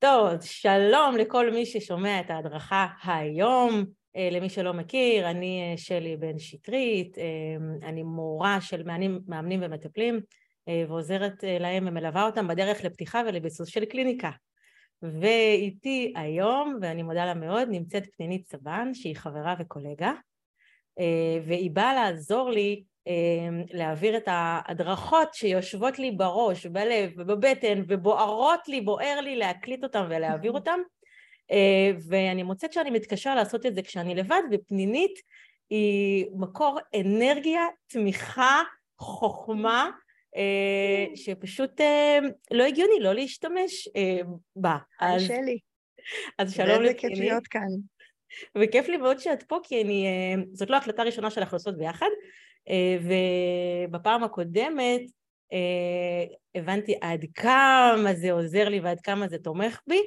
טוב, שלום לכל מי ששומע את ההדרכה היום. למי שלא מכיר, אני שלי בן שטרית, אני מורה של מאמנים ומטפלים, ועוזרת להם ומלווה אותם בדרך לפתיחה ולביסוס של קליניקה. ואיתי היום, ואני מודה לה מאוד, נמצאת פנינית סבן, שהיא חברה וקולגה, והיא באה לעזור לי להעביר את ההדרכות שיושבות לי בראש, בלב ובבטן, ובוערות לי, בוער לי להקליט אותם ולהעביר אותם, ואני מוצאת שאני מתקשה לעשות את זה כשאני לבד, ופנינית היא מקור אנרגיה, תמיכה, חוכמה, שפשוט לא הגיוני לא להשתמש בה. היי שלי. אז שלום לפנינית. ואיזה כיף להיות כאן. וכיף לי מאוד שאת פה, כי זאת לא הקלטה ראשונה של הכנסות ביחד, ובפעם הקודמת הבנתי עד כמה זה עוזר לי ועד כמה זה תומך בי,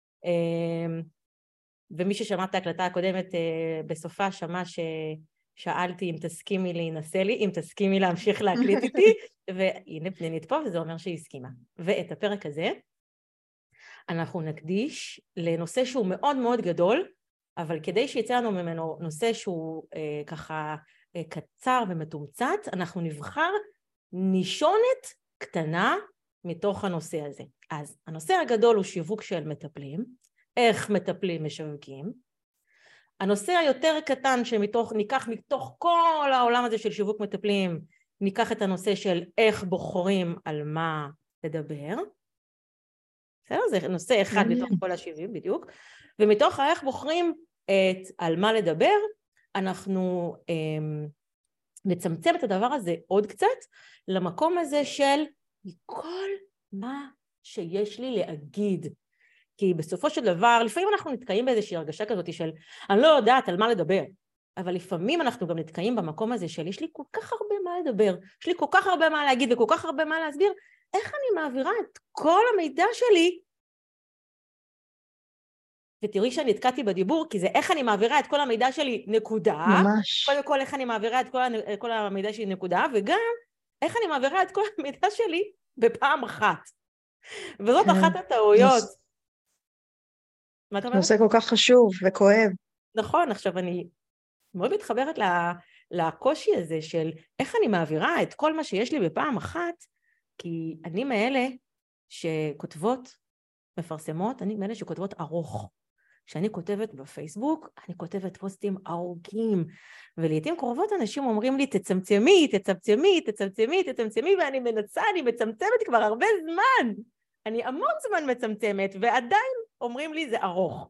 ומי ששמע את ההקלטה הקודמת בסופה שמע ששאלתי אם תסכימי להינשא לי, אם תסכימי להמשיך להקליט איתי, והנה פנינית פה וזה אומר שהיא הסכימה. ואת הפרק הזה אנחנו נקדיש לנושא שהוא מאוד מאוד גדול, אבל כדי שיצא לנו ממנו נושא שהוא ככה קצר ומתומצת, אנחנו נבחר נישונת קטנה מתוך הנושא הזה. אז הנושא הגדול הוא שיווק של מטפלים, איך מטפלים משווקים. הנושא היותר קטן ניקח מתוך כל העולם הזה של שיווק מטפלים, ניקח את הנושא של איך בוחרים על מה לדבר. בסדר? זה נושא אחד מתוך כל ה-70 בדיוק. ומתוך איך בוחרים על מה לדבר, אנחנו נצמצם את הדבר הזה עוד קצת, למקום הזה של כל מה שיש לי להגיד. כי בסופו של דבר, לפעמים אנחנו נתקעים באיזושהי הרגשה כזאת של, אני לא יודעת על מה לדבר, אבל לפעמים אנחנו גם נתקעים במקום הזה של, יש לי כל כך הרבה מה לדבר, יש לי כל כך הרבה מה להגיד וכל כך הרבה מה להסביר, איך אני מעבירה את כל המידע שלי, ותראי שאני התקעתי בדיבור, כי זה איך אני מעבירה את כל המידע שלי נקודה. ממש. קודם כל איך אני מעבירה את כל המידע שלי נקודה, וגם איך אני מעבירה את כל המידע שלי בפעם אחת. וזאת אחת הטעויות. מה אתה אומרת? נושא כל כך חשוב וכואב. נכון, עכשיו אני מאוד מתחברת לקושי הזה של איך אני מעבירה את כל מה שיש לי בפעם אחת, כי אני מאלה שכותבות, מפרסמות, אני מאלה שכותבות ארוך. כשאני כותבת בפייסבוק, אני כותבת פוסטים ארוכים, ולעיתים קרובות אנשים אומרים לי, תצמצמי, תצמצמי, תצמצמי, תצמצמי, ואני מנסה, אני מצמצמת כבר הרבה זמן. אני המון זמן מצמצמת, ועדיין אומרים לי, זה ארוך.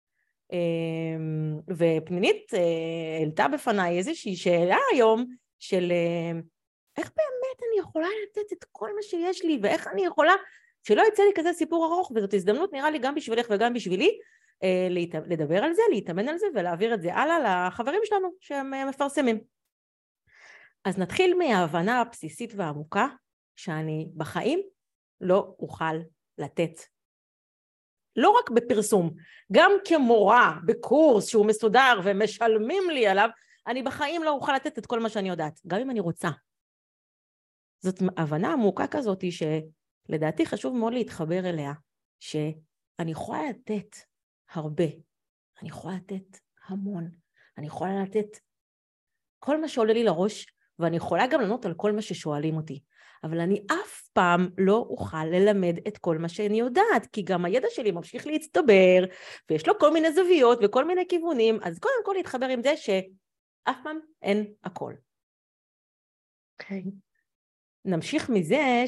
ופנינית העלתה בפניי איזושהי שאלה היום, של איך באמת אני יכולה לתת את כל מה שיש לי, ואיך אני יכולה, שלא יצא לי כזה סיפור ארוך, וזאת הזדמנות נראה לי גם בשבילך וגם בשבילי, לדבר על זה, להתאמן על זה ולהעביר את זה הלאה לחברים שלנו שהם מפרסמים. אז נתחיל מההבנה הבסיסית והעמוקה שאני בחיים לא אוכל לתת. לא רק בפרסום, גם כמורה בקורס שהוא מסודר ומשלמים לי עליו, אני בחיים לא אוכל לתת את כל מה שאני יודעת, גם אם אני רוצה. זאת הבנה עמוקה כזאת שלדעתי חשוב מאוד להתחבר אליה, שאני יכולה לתת הרבה, אני יכולה לתת המון, אני יכולה לתת כל מה שעולה לי לראש, ואני יכולה גם לענות על כל מה ששואלים אותי, אבל אני אף פעם לא אוכל ללמד את כל מה שאני יודעת, כי גם הידע שלי ממשיך להצטבר, ויש לו כל מיני זוויות וכל מיני כיוונים, אז קודם כל להתחבר עם זה שאף פעם אין הכל. אוקיי. נמשיך מזה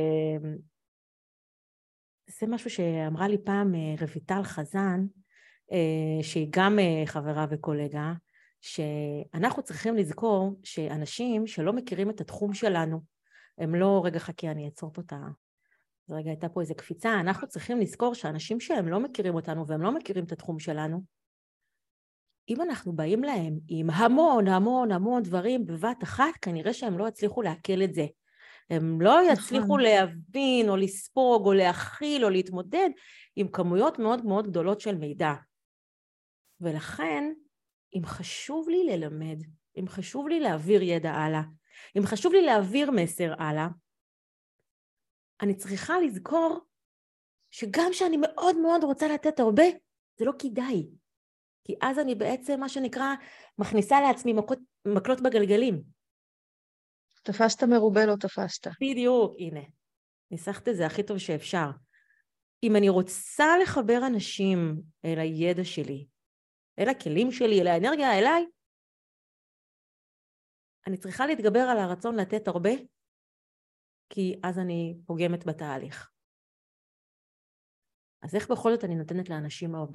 זה משהו שאמרה לי פעם רויטל חזן, שהיא גם חברה וקולגה, שאנחנו צריכים לזכור שאנשים שלא מכירים את התחום שלנו, הם לא, רגע חכי אני אעצור פה רגע הייתה פה איזו קפיצה, אנחנו צריכים לזכור שאנשים שהם לא מכירים אותנו והם לא מכירים את התחום שלנו, אם אנחנו באים להם עם המון המון המון דברים בבת אחת, כנראה שהם לא יצליחו להקל את זה. הם לא יצליחו להבין או לספוג או להכיל או להתמודד עם כמויות מאוד מאוד גדולות של מידע. ולכן, אם חשוב לי ללמד, אם חשוב לי להעביר ידע הלאה, אם חשוב לי להעביר מסר הלאה, אני צריכה לזכור שגם שאני מאוד מאוד רוצה לתת הרבה, זה לא כדאי. כי אז אני בעצם, מה שנקרא, מכניסה לעצמי מקלות בגלגלים. תפסת מרובה לא תפסת. בדיוק, הנה. ניסחת את זה הכי טוב שאפשר. אם אני רוצה לחבר אנשים אל הידע שלי, אל הכלים שלי, אל האנרגיה, אליי, אני צריכה להתגבר על הרצון לתת הרבה, כי אז אני פוגמת בתהליך. אז איך בכל זאת אני נותנת לאנשים הרבה?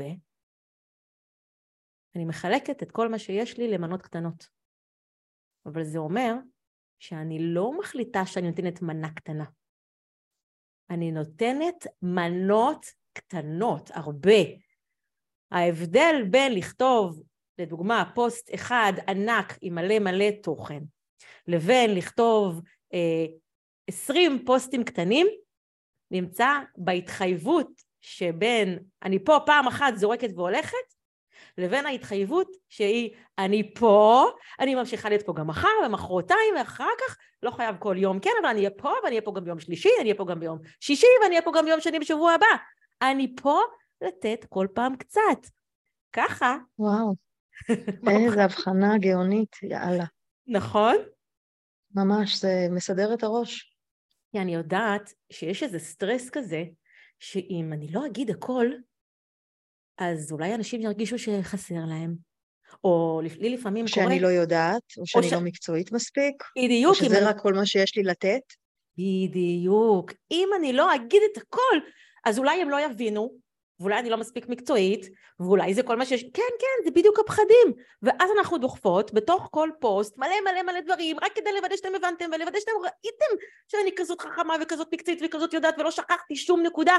אני מחלקת את כל מה שיש לי למנות קטנות. אבל זה אומר שאני לא מחליטה שאני נותנת מנה קטנה. אני נותנת מנות קטנות, הרבה. ההבדל בין לכתוב, לדוגמה, פוסט אחד ענק עם מלא מלא תוכן, לבין לכתוב 20 פוסטים קטנים, נמצא בהתחייבות שבין אני פה פעם אחת זורקת והולכת, לבין ההתחייבות שהיא אני פה, אני ממשיכה להיות פה גם מחר ומחרתיים ואחר כך, לא חייב כל יום כן, אבל אני אהיה פה ואני אהיה פה גם ביום שלישי, אני אהיה פה גם ביום שישי ואני אהיה פה גם ביום שני בשבוע הבא. אני פה לתת כל פעם קצת. ככה. וואו, איזה הבחנה גאונית, יאללה. נכון? ממש, זה מסדר את הראש. כי אני יודעת שיש איזה סטרס כזה, שאם אני לא אגיד הכל, אז אולי אנשים ירגישו שחסר להם. או לי לפעמים קורה... שאני לא יודעת, או שאני לא מקצועית מספיק, בדיוק. או שזה רק כל מה שיש לי לתת. בדיוק. אם אני לא אגיד את הכל, אז אולי הם לא יבינו, ואולי אני לא מספיק מקצועית, ואולי זה כל מה שיש... כן, כן, זה בדיוק הפחדים. ואז אנחנו דוחפות בתוך כל פוסט מלא מלא מלא דברים, רק כדי לוודא שאתם הבנתם, ולוודא שאתם ראיתם שאני כזאת חכמה וכזאת מקצועית וכזאת יודעת, ולא שכחתי שום נקודה,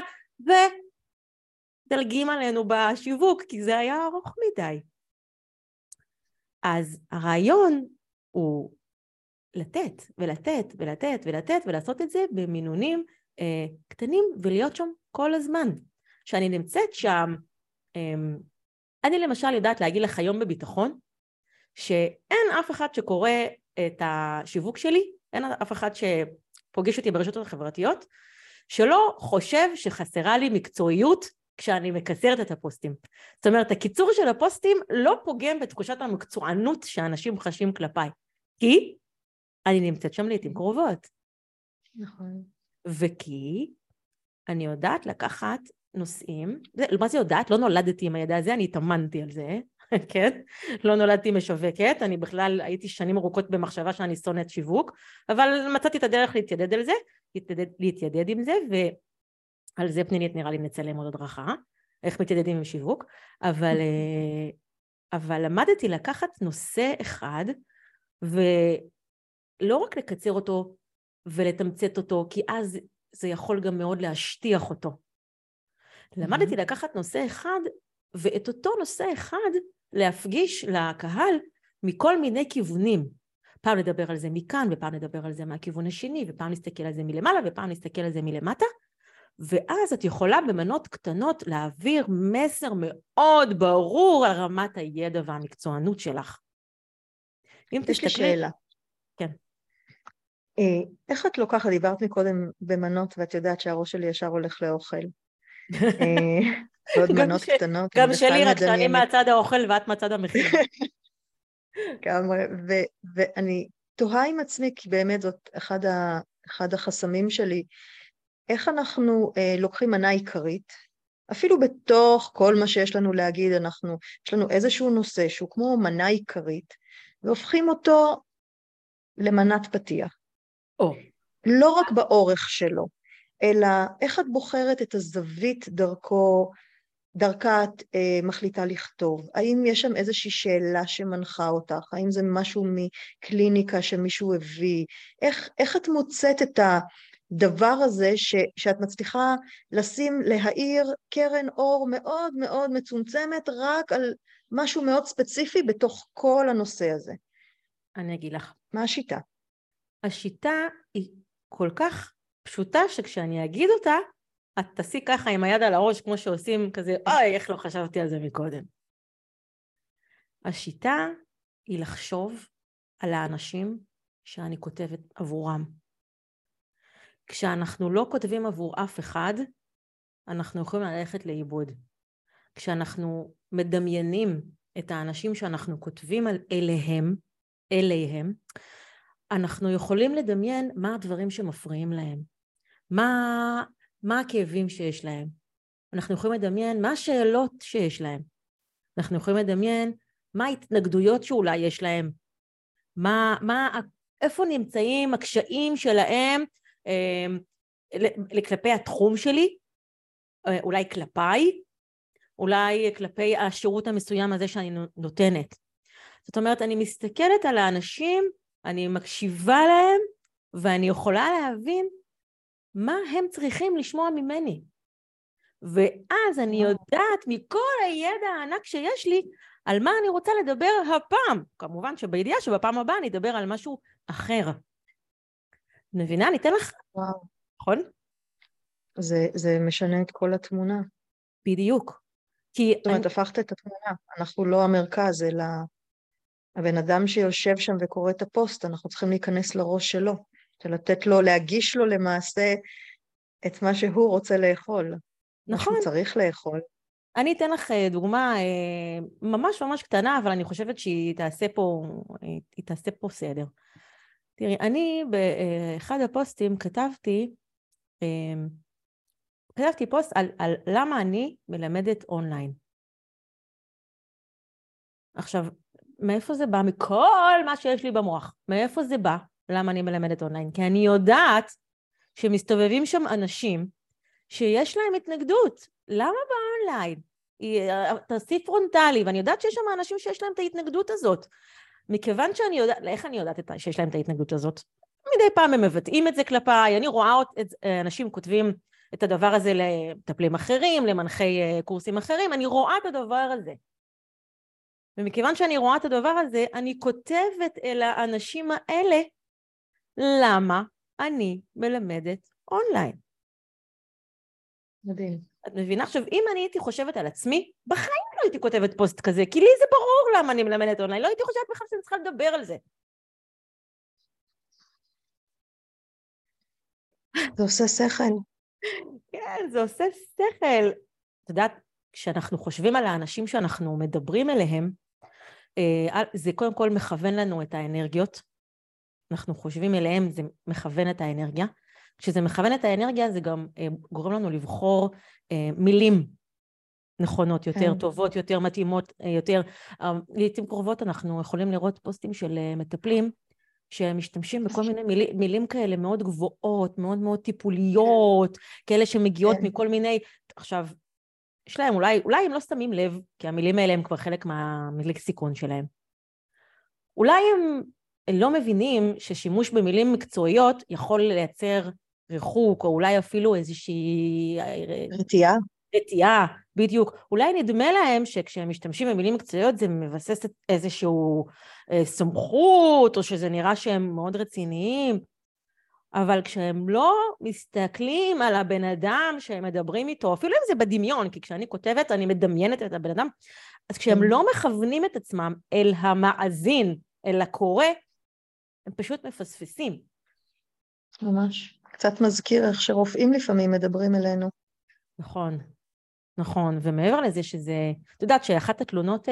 ודלגים עלינו בשיווק, כי זה היה ארוך מדי. אז הרעיון הוא לתת ולתת ולתת ולתת ולעשות את זה במינונים קטנים ולהיות שם כל הזמן. שאני נמצאת שם, אני למשל יודעת להגיד לך היום בביטחון, שאין אף אחד שקורא את השיווק שלי, אין אף אחד שפוגש אותי ברשתות החברתיות, שלא חושב שחסרה לי מקצועיות כשאני מקצרת את הפוסטים. זאת אומרת, הקיצור של הפוסטים לא פוגם בתחושת המקצוענות שאנשים חשים כלפיי. כי אני נמצאת שם לעתים קרובות. נכון. וכי אני יודעת לקחת נושאים, מה זה יודעת? לא נולדתי עם הידע הזה, אני התאמנתי על זה, כן? לא נולדתי משווקת, אני בכלל הייתי שנים ארוכות במחשבה שאני שונאת שיווק, אבל מצאתי את הדרך להתיידד על זה, להתיידד עם זה, ועל זה פנינית נראה לי נצלם עוד הדרכה, איך מתיידדים עם שיווק, אבל למדתי לקחת נושא אחד, ולא רק לקצר אותו ולתמצת אותו, כי אז זה יכול גם מאוד להשטיח אותו. למדתי לקחת נושא אחד, ואת אותו נושא אחד להפגיש לקהל מכל מיני כיוונים. פעם לדבר על זה מכאן, ופעם לדבר על זה מהכיוון השני, ופעם להסתכל על זה מלמעלה, ופעם להסתכל על זה מלמטה, ואז את יכולה במנות קטנות להעביר מסר מאוד ברור על רמת הידע והמקצוענות שלך. יש לי שאלה. כן. איך את לוקחת, דיברת מקודם במנות, ואת יודעת שהראש שלי ישר הולך לאוכל. עוד מנות קטנות. גם שלי, רק שאני מהצד האוכל ואת מהצד המחיר. ואני תוהה עם עצמי, כי באמת זאת אחד החסמים שלי, איך אנחנו לוקחים מנה עיקרית, אפילו בתוך כל מה שיש לנו להגיד, יש לנו איזשהו נושא שהוא כמו מנה עיקרית, והופכים אותו למנת פתיח. לא רק באורך שלו, אלא איך את בוחרת את הזווית דרכה את מחליטה לכתוב? האם יש שם איזושהי שאלה שמנחה אותך? האם זה משהו מקליניקה שמישהו הביא? איך את מוצאת את הדבר הזה שאת מצליחה להאיר קרן אור מאוד מאוד מצומצמת רק על משהו מאוד ספציפי בתוך כל הנושא הזה? אני אגיד לך. מה השיטה? השיטה היא כל כך פשוטה שכשאני אגיד אותה, את תעשי ככה עם היד על הראש כמו שעושים כזה, אוי, איך לא חשבתי על זה מקודם. השיטה היא לחשוב על האנשים שאני כותבת עבורם. כשאנחנו לא כותבים עבור אף אחד, אנחנו יכולים ללכת לאיבוד. כשאנחנו מדמיינים את האנשים שאנחנו כותבים אליהם, אנחנו יכולים לדמיין מה הדברים שמפריעים להם, מה הכאבים שיש להם. אנחנו יכולים לדמיין מה השאלות שיש להם. אנחנו יכולים לדמיין מה ההתנגדויות שאולי יש להם. איפה נמצאים הקשיים שלהם כלפי התחום שלי, אולי כלפיי, אולי כלפי השירות המסוים הזה שאני נותנת. זאת אומרת, אני מסתכלת על האנשים, אני מקשיבה להם, ואני יכולה להבין מה הם צריכים לשמוע ממני. ואז אני יודעת מכל הידע הענק שיש לי, על מה אני רוצה לדבר הפעם. כמובן שבידיעה שבפעם הבאה אני אדבר על משהו אחר. מבינה? אני אתן לך. וואו. נכון? זה משנה את כל התמונה. בדיוק. זאת אומרת, הפכת את התמונה. אנחנו לא המרכז, אלא הבן אדם שיושב שם וקורא את הפוסט, אנחנו צריכים להיכנס לראש שלו, לתת לו, להגיש לו למעשה את מה שהוא רוצה לאכול. נכון. מה שהוא צריך לאכול. אני אתן לך דוגמה ממש ממש קטנה, אבל אני חושבת שהיא תעשה פה סדר. תראי, אני באחד הפוסטים כתבתי פוסט על למה אני מלמדת אונליין. עכשיו, מאיפה זה בא? מכל מה שיש לי במוח. מאיפה זה בא? למה אני מלמדת אונליין? כי אני יודעת שמסתובבים שם אנשים שיש להם התנגדות. למה באונליין? תעשי פרונטלי, ואני יודעת שיש שם אנשים שיש להם את ההתנגדות הזאת. מכיוון שאני יודעת, איך אני יודעת שיש להם את ההתנגדות הזאת? מדי פעם הם מבטאים את זה כלפיי, אני רואה אנשים כותבים את הדבר הזה למטפלים אחרים, למנחי קורסים אחרים, אני רואה את הדבר הזה. ומכיוון שאני רואה את הדבר הזה, אני כותבת אל האנשים האלה, למה אני מלמדת אונליין. מדהים. את מבינה? עכשיו, אם אני הייתי חושבת על עצמי, בחיים לא הייתי כותבת פוסט כזה, כי לי זה ברור למה אני מלמדת אונליין, לא הייתי חושבת בכלל שאני צריכה לדבר על זה. זה עושה שכל. כן, זה עושה שכל. את יודעת, כשאנחנו חושבים על האנשים שאנחנו מדברים אליהם, זה קודם כל מכוון לנו את האנרגיות. אנחנו חושבים אליהם, זה מכוון את האנרגיה. כשזה מכוון את האנרגיה, זה גם גורם לנו לבחור מילים נכונות יותר, טובות יותר, מתאימות יותר. לעתים קרובות אנחנו יכולים לראות פוסטים של מטפלים, שמשתמשים בכל מיני מילים כאלה מאוד גבוהות, מאוד מאוד טיפוליות, כאלה שמגיעות מכל מיני, עכשיו, יש להם, אולי הם לא שמים לב, כי המילים האלה הם כבר חלק מהלקסיקון שלהם. אולי הם לא מבינים ששימוש במילים מקצועיות יכול לייצר ריחוק, או אולי אפילו איזושהי רתיעה, בדיוק. אולי נדמה להם שכשהם משתמשים במילים מקצועיות, זה מבסס איזשהו סמכות, או שזה נראה שהם מאוד רציניים, אבל כשהם לא מסתכלים על הבן אדם שהם מדברים איתו, אפילו אם זה בדמיון, כי כשאני כותבת, אני מדמיינת את הבן אדם, אז כשהם לא מכוונים את עצמם אל המאזין, אל הקורא, הם פשוט מפספסים. ממש. קצת מזכיר איך שרופאים לפעמים מדברים אלינו. נכון, נכון. ומעבר לזה שזה, את יודעת שאחת התלונות,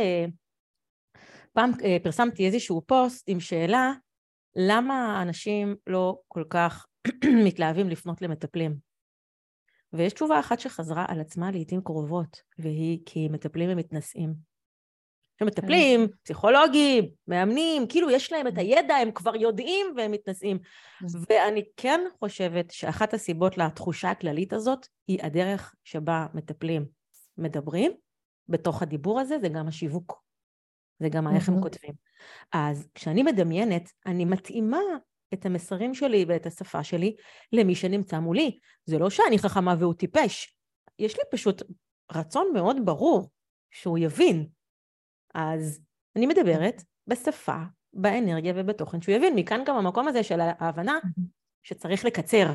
פעם פרסמתי איזשהו פוסט עם שאלה, למה האנשים לא כל כך מתלהבים לפנות למטפלים? ויש תשובה אחת שחזרה על עצמה לעתים קרובות, והיא כי מטפלים הם מתנשאים. שמטפלים, פסיכולוגים, מאמנים, כאילו יש להם את הידע, הם כבר יודעים והם מתנשאים. ואני כן חושבת שאחת הסיבות לתחושה הכללית הזאת, היא הדרך שבה מטפלים מדברים, בתוך הדיבור הזה זה גם השיווק. זה גם איך הם כותבים. אז כשאני מדמיינת, אני מתאימה את המסרים שלי ואת השפה שלי למי שנמצא מולי. זה לא שאני חכמה והוא טיפש. יש לי פשוט רצון מאוד ברור שהוא יבין. אז אני מדברת בשפה, באנרגיה ובתוכן שהוא יבין. מכאן גם המקום הזה של ההבנה שצריך לקצר.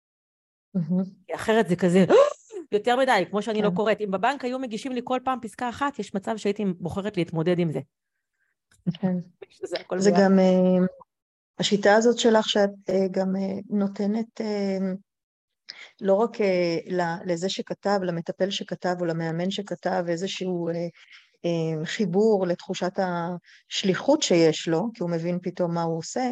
כי אחרת זה כזה יותר מדי, כמו שאני לא קוראת. אם בבנק היו מגישים לי כל פעם פסקה אחת, יש מצב שהייתי בוחרת להתמודד עם זה. כן. זה גם השיטה הזאת שלך שאת גם נותנת לא רק לזה שכתב, למטפל שכתב או למאמן שכתב איזשהו חיבור לתחושת השליחות שיש לו, כי הוא מבין פתאום מה הוא עושה,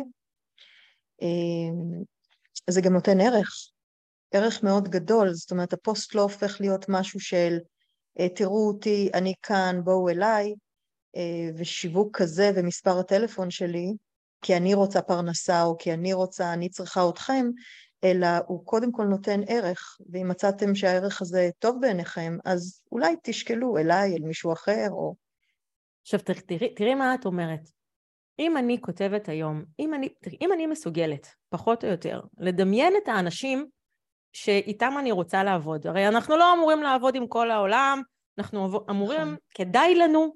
זה גם נותן ערך מאוד גדול. זאת אומרת, הפוסט לא הופך להיות משהו של תראו אותי, אני כאן, בואו אליי, ושיווק כזה ומספר הטלפון שלי, כי אני רוצה פרנסה או כי אני צריכה אתכם, אלא הוא קודם כל נותן ערך, ואם מצאתם שהערך הזה טוב בעיניכם, אז אולי תשקלו אליי, אל מישהו אחר, או... עכשיו תראי מה את אומרת. אם אני כותבת היום, אם אני מסוגלת, פחות או יותר, לדמיין את האנשים שאיתם אני רוצה לעבוד, הרי אנחנו לא אמורים לעבוד עם כל העולם, אנחנו אמורים, כדאי לנו,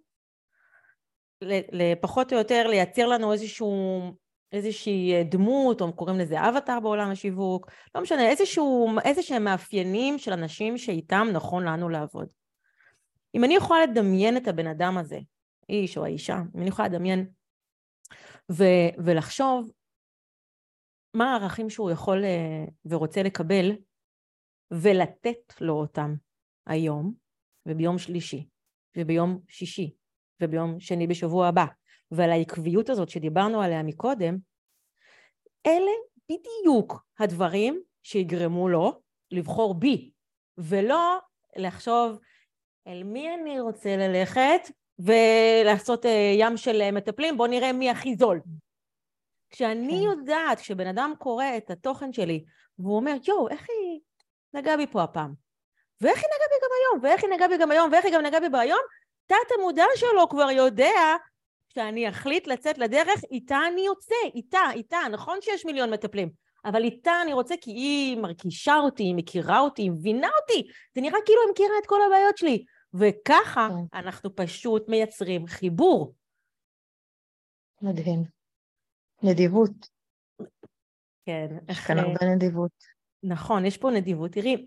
לפחות או יותר לייצר לנו איזושהי דמות, או קוראים לזה אבטר בעולם השיווק, לא משנה, איזשהם מאפיינים של אנשים שאיתם נכון לנו לעבוד. אם אני יכולה לדמיין את הבן אדם הזה, איש או האישה, אם אני יכולה לדמיין ולחשוב מה הערכים שהוא יכול ורוצה לקבל, ולתת לו אותם היום, וביום שלישי, וביום שישי, וביום שני בשבוע הבא, ועל העקביות הזאת שדיברנו עליה מקודם, אלה בדיוק הדברים שיגרמו לו לבחור בי, ולא לחשוב אל מי אני רוצה ללכת, ולעשות ים של מטפלים, בוא נראה מי הכי זול. כשאני יודעת, כשבן אדם קורא את התוכן שלי, והוא אומר, יו, איך היא נגעה בי פה הפעם? ואיך היא נגעה בי גם היום? ואיך היא נגעה בי גם היום? ואיך היא גם נגעה בי ביום? תת המודע שלו כבר יודע שאני אחליט לצאת לדרך, איתה אני יוצא, איתה, נכון שיש מיליון מטפלים, אבל איתה אני רוצה כי היא מרגישה אותי, היא מכירה אותי, היא מבינה אותי, זה נראה כאילו היא מכירה את כל הבעיות שלי, וככה אנחנו פשוט מייצרים חיבור. מדהים. נדיבות. כן. יש כאן הרבה נדיבות. נכון, יש פה נדיבות. תראי,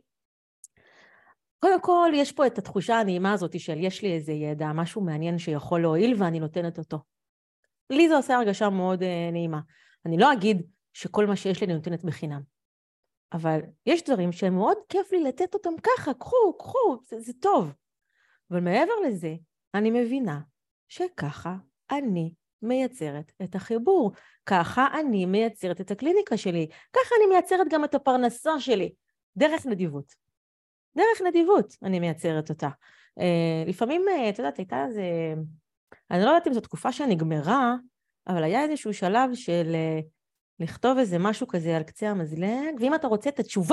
קודם כל יש פה את התחושה הנעימה הזאת של יש לי איזה ידע, משהו מעניין שיכול להועיל ואני נותנת אותו. לי זה עושה הרגשה מאוד נעימה. אני לא אגיד שכל מה שיש לי אני נותנת בחינם. אבל יש דברים שהם מאוד כיף לי לתת אותם ככה, קחו, זה טוב. אבל מעבר לזה, אני מבינה שככה אני מייצרת את החיבור. ככה אני מייצרת את הקליניקה שלי. ככה אני מייצרת גם את הפרנסה שלי. דרך נדיבות. דרך נדיבות אני מייצרת אותה. לפעמים, את יודעת, הייתה איזה... אני לא יודעת אם זו תקופה שנגמרה, אבל היה איזשהו שלב של לכתוב איזה משהו כזה על קצה המזלג, ואם אתה רוצה את התשובה,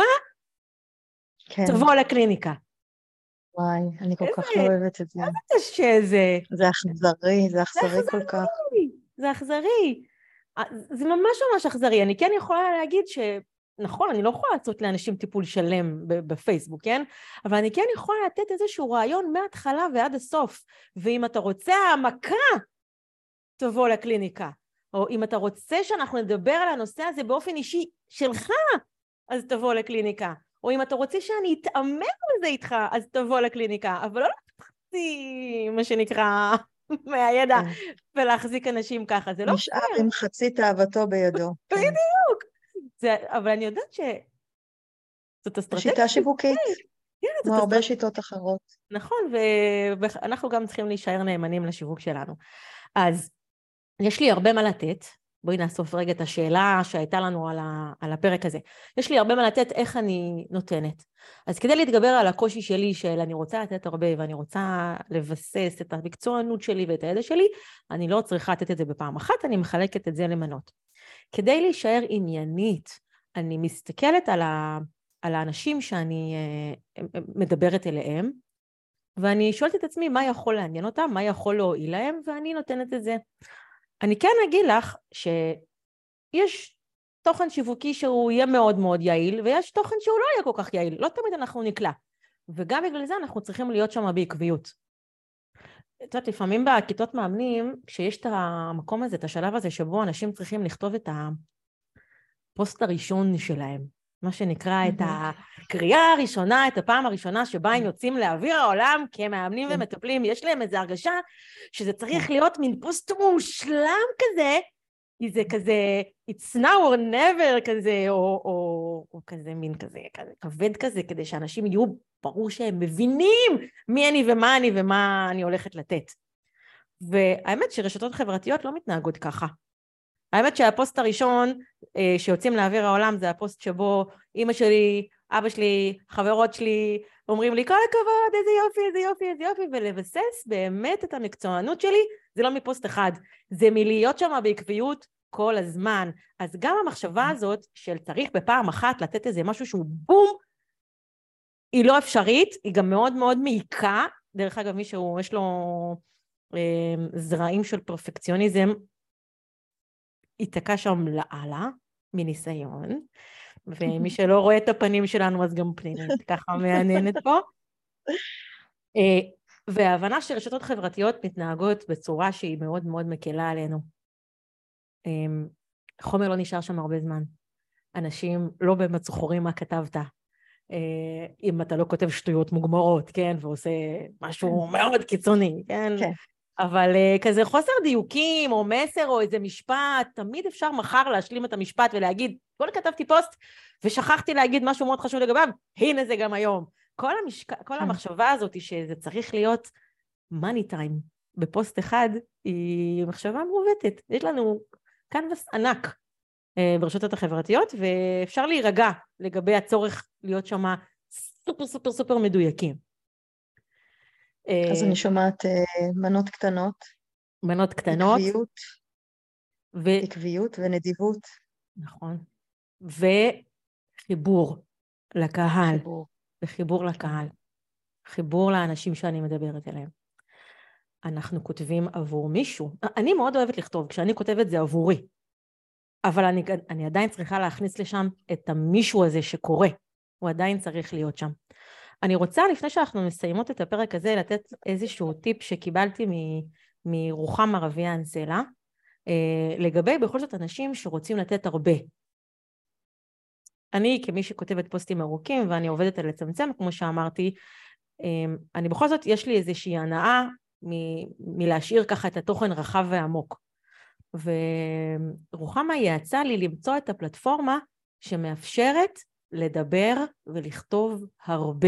תבוא לקליניקה. וואי, אני כל כך לא אוהבת את זה. איזה קשה זה. זה אכזרי כל כך. זה אכזרי. זה ממש אכזרי. אני כן יכולה להגיד נכון, אני לא יכולה לעשות לאנשים טיפול שלם בפייסבוק, כן? אבל אני כן יכולה לתת איזשהו רעיון מההתחלה ועד הסוף. ואם אתה רוצה העמקה, תבוא לקליניקה. או אם אתה רוצה שאנחנו נדבר על הנושא הזה באופן אישי שלך, אז תבוא לקליניקה. או אם אתה רוצה שאני אתאמר על זה איתך, אז תבוא לקליניקה. אבל לא להחזיק, מה שנקרא, מהידע, ולהחזיק אנשים ככה. זה לא נשאר עם חצי תאוותו בידו. בדיוק. אבל אני יודעת זאת אסטרטגיה. שיטה שיווקית, כמו הרבה שיטות אחרות. נכון, ואנחנו גם צריכים להישאר נאמנים לשיווק שלנו. אז יש לי הרבה מה לתת, בואי נאסוף רגע את השאלה שהייתה לנו על הפרק הזה. יש לי הרבה מה לתת איך אני נותנת. אז כדי להתגבר על הקושי שלי של אני רוצה לתת הרבה ואני רוצה לבסס את המקצוענות שלי ואת הידע שלי, אני לא צריכה לתת את זה בפעם אחת, אני מחלקת את זה למנות. כדי להישאר עניינית, אני מסתכלת על האנשים שאני מדברת אליהם, ואני שואלת את עצמי מה יכול לעניין אותם, מה יכול להועיל להם, ואני נותנת את זה. אני כן אגיד לך שיש תוכן שיווקי שהוא יהיה מאוד מאוד יעיל, ויש תוכן שהוא לא יהיה כל כך יעיל, לא תמיד אנחנו נקלע. וגם בגלל זה אנחנו צריכים להיות שם בעקביות. את יודעת, לפעמים בכיתות מאמנים, כשיש את המקום הזה, את השלב הזה, שבו אנשים צריכים לכתוב את הפוסט הראשון שלהם, מה שנקרא את הקריאה הראשונה, את הפעם הראשונה שבה הם יוצאים לאוויר העולם כמאמנים ומטפלים, יש להם איזו הרגשה שזה צריך להיות מין פוסט מושלם כזה, זה כזה, it's now or never כזה, או כזה מין כזה, כבד כזה, כדי שאנשים יהיו ברור שהם מבינים מי אני ומה אני הולכת לתת. והאמת שרשתות חברתיות לא מתנהגות ככה. האמת שהפוסט הראשון שיוצאים לאוויר העולם זה הפוסט שבו אמא שלי, אבא שלי, חברות שלי, אומרים לי כל הכבוד, איזה יופי, איזה יופי, איזה יופי, ולבסס באמת את המקצוענות שלי, זה לא מפוסט אחד, זה מלהיות שם בעקביות כל הזמן. אז גם המחשבה הזאת של צריך בפעם אחת לתת איזה משהו שהוא בום, היא לא אפשרית, היא גם מאוד מאוד מעיקה. דרך אגב, מישהו יש לו זרעים של פרפקציוניזם, ייתקע שם לעלה, מניסיון, ומי שלא רואה את הפנים שלנו, אז גם פנימית, ככה מעניינת פה. וההבנה שרשתות חברתיות מתנהגות בצורה שהיא מאוד מאוד מקלה עלינו. חומר לא נשאר שם הרבה זמן. אנשים לא באמת זוכרים מה כתבת. אם אתה לא כותב שטויות מוגמרות, כן, ועושה משהו מאוד קיצוני, כן? כן. אבל כזה חוסר דיוקים, או מסר, או איזה משפט, תמיד אפשר מחר להשלים את המשפט ולהגיד, כל כתבתי פוסט, ושכחתי להגיד משהו מאוד חשוב לגביו, הנה זה גם היום. כל המחשבה הזאת שזה צריך להיות money time בפוסט אחד, היא מחשבה מעוותת. יש לנו קנבס ענק ברשתות החברתיות, ואפשר להירגע לגבי הצורך להיות שם סופר סופר סופר מדויקים. אז אני שומעת מנות קטנות. מנות קטנות. עקביות ונדיבות. נכון. וחיבור לקהל. וחיבור לקהל. חיבור לאנשים שאני מדברת אליהם. אנחנו כותבים עבור מישהו. אני מאוד אוהבת לכתוב, כשאני כותבת זה עבורי. אבל אני עדיין צריכה להכניס לשם את המישהו הזה שקורה. הוא עדיין צריך להיות שם. אני רוצה, לפני שאנחנו מסיימות את הפרק הזה, לתת איזשהו טיפ שקיבלתי מרוחמה רביען סלע, לגבי בכל זאת אנשים שרוצים לתת הרבה. אני כמי שכותבת פוסטים ארוכים, ואני עובדת על לצמצם, כמו שאמרתי, אני בכל זאת, יש לי איזושהי הנאה מלהשאיר ככה את התוכן רחב ועמוק. ורוחמה יעצה לי למצוא את הפלטפורמה שמאפשרת לדבר ולכתוב הרבה.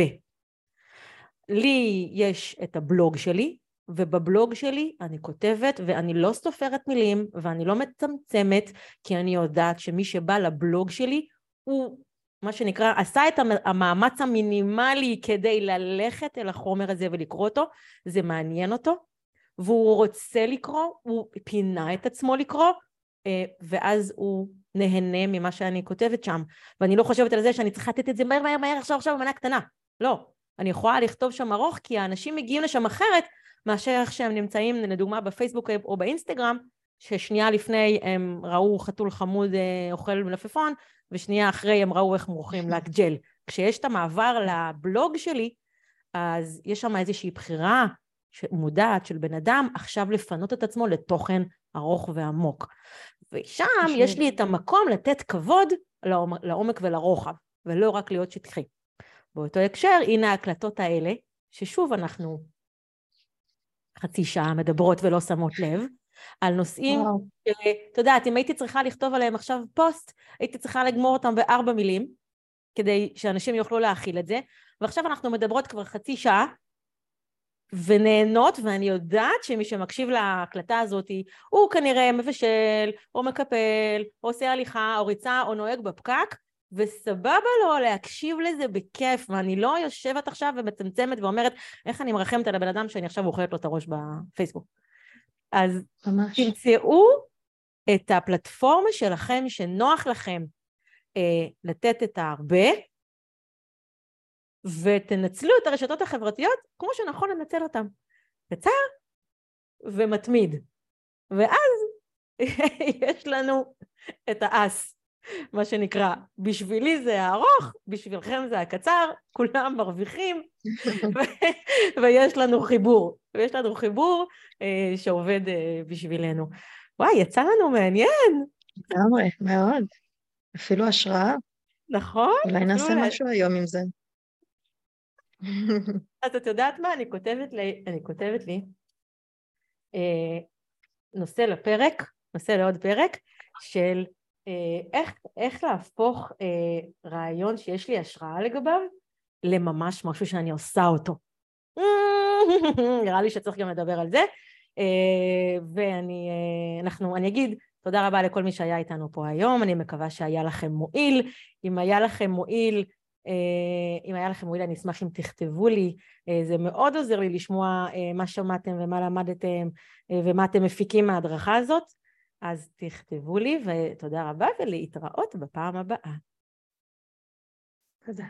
לי יש את הבלוג שלי, ובבלוג שלי אני כותבת, ואני לא סופרת מילים, ואני לא מצמצמת, כי אני יודעת שמי שבא לבלוג שלי, הוא מה שנקרא, עשה את המאמץ המינימלי כדי ללכת אל החומר הזה ולקרוא אותו, זה מעניין אותו, והוא רוצה לקרוא, הוא פינה את עצמו לקרוא, ואז הוא נהנה ממה שאני כותבת שם, ואני לא חושבת על זה שאני צריכה לתת את זה מהר, עכשיו במנה קטנה, לא, אני יכולה לכתוב שם ארוך, כי האנשים מגיעים לשם אחרת, מאשר איך שהם נמצאים, לדוגמה בפייסבוק או באינסטגרם, ששנייה לפני הם ראו חתול חמוד אוכל מלפפון, ושנייה אחרי הם ראו איך מורחים לק ג'ל. כשיש את המעבר לבלוג שלי, אז יש שם איזושהי בחירה מודעת של בן אדם, עכשיו לפנות את עצמו לתוכן ארוך ועמוק. ושם יש לי את המקום לתת כבוד לעומק ולרוחב, ולא רק להיות שטחי. באותו הקשר, הנה ההקלטות האלה, ששוב אנחנו חצי שעה מדברות ולא שמות לב, על נושאים, אתה יודעת, אם הייתי צריכה לכתוב עליהם עכשיו פוסט, הייתי צריכה לגמור אותם ב4 מילים, כדי שאנשים יוכלו להכיל את זה, ועכשיו אנחנו מדברות כבר חצי שעה, ונהנות, ואני יודעת שמי שמקשיב להקלטה הזאת, הוא כנראה מבשל, או מקפל, או עושה הליכה, או ריצה, או נוהג בפקק, וסבבה לו להקשיב לזה בכיף, ואני לא יושבת עכשיו ומצמצמת ואומרת, איך אני מרחמת על הבן אדם שאני עכשיו אוכלת לו את הראש בפייסבוק. אז ממש. תמצאו את הפלטפורמה שלכם, שנוח לכם לתת את הרבה, ותנצלו את הרשתות החברתיות כמו שנכון לנצל אותם. קצר ומתמיד. ואז יש לנו את האס, מה שנקרא, בשבילי זה הארוך, בשבילכם זה הקצר, כולם מרוויחים, ויש לנו חיבור. ויש לנו חיבור שעובד בשבילנו. וואי, יצא לנו מעניין. לגמרי, מאוד. אפילו השראה. נכון. אולי נעשה משהו היום עם זה. אז את יודעת מה? אני כותבת לי נושא לפרק, נושא לעוד פרק, של איך להפוך רעיון שיש לי השראה לגביו, לממש משהו שאני עושה אותו. נראה לי שצריך גם לדבר על זה, ואני אגיד תודה רבה לכל מי שהיה איתנו פה היום, אני מקווה שהיה לכם מועיל, אם היה לכם מועיל אני אשמח אם תכתבו לי, זה מאוד עוזר לי לשמוע מה שמעתם ומה למדתם ומה אתם מפיקים מההדרכה הזאת, אז תכתבו לי ותודה רבה ולהתראות בפעם הבאה.